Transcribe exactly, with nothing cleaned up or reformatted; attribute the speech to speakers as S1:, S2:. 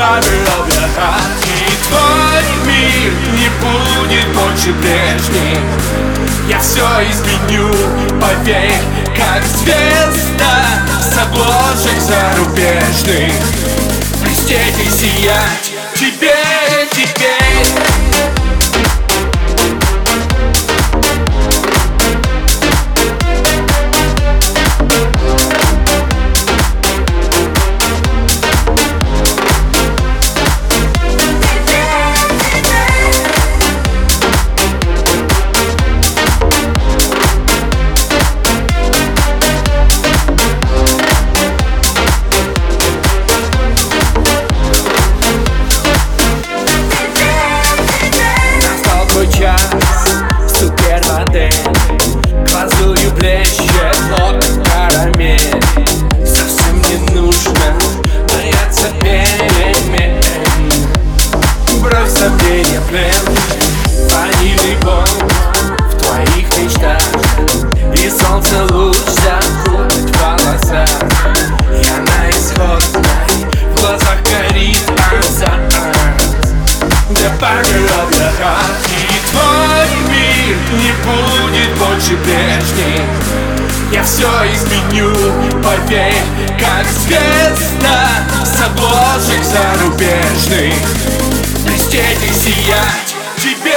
S1: power of your heart. И твой мир не будет больше прежним. Я все изменю, поверь, как звезда с обложек зарубежных. Блестеть и сиять теперь, теперь. Супермодель, глазурью блещет нотный карамель. Совсем не нужно бояться перемен. Брось сомнения, плен, ванильный бомб в твоих мечтах. И солнце луч закутать в волосах. Я на исходной, в глазах горит азарт. The power of your heart. И твой мир не будет больше прежним. Я все изменю, поверь, как звезда с обложек зарубежных. Блестеть и сиять тебе.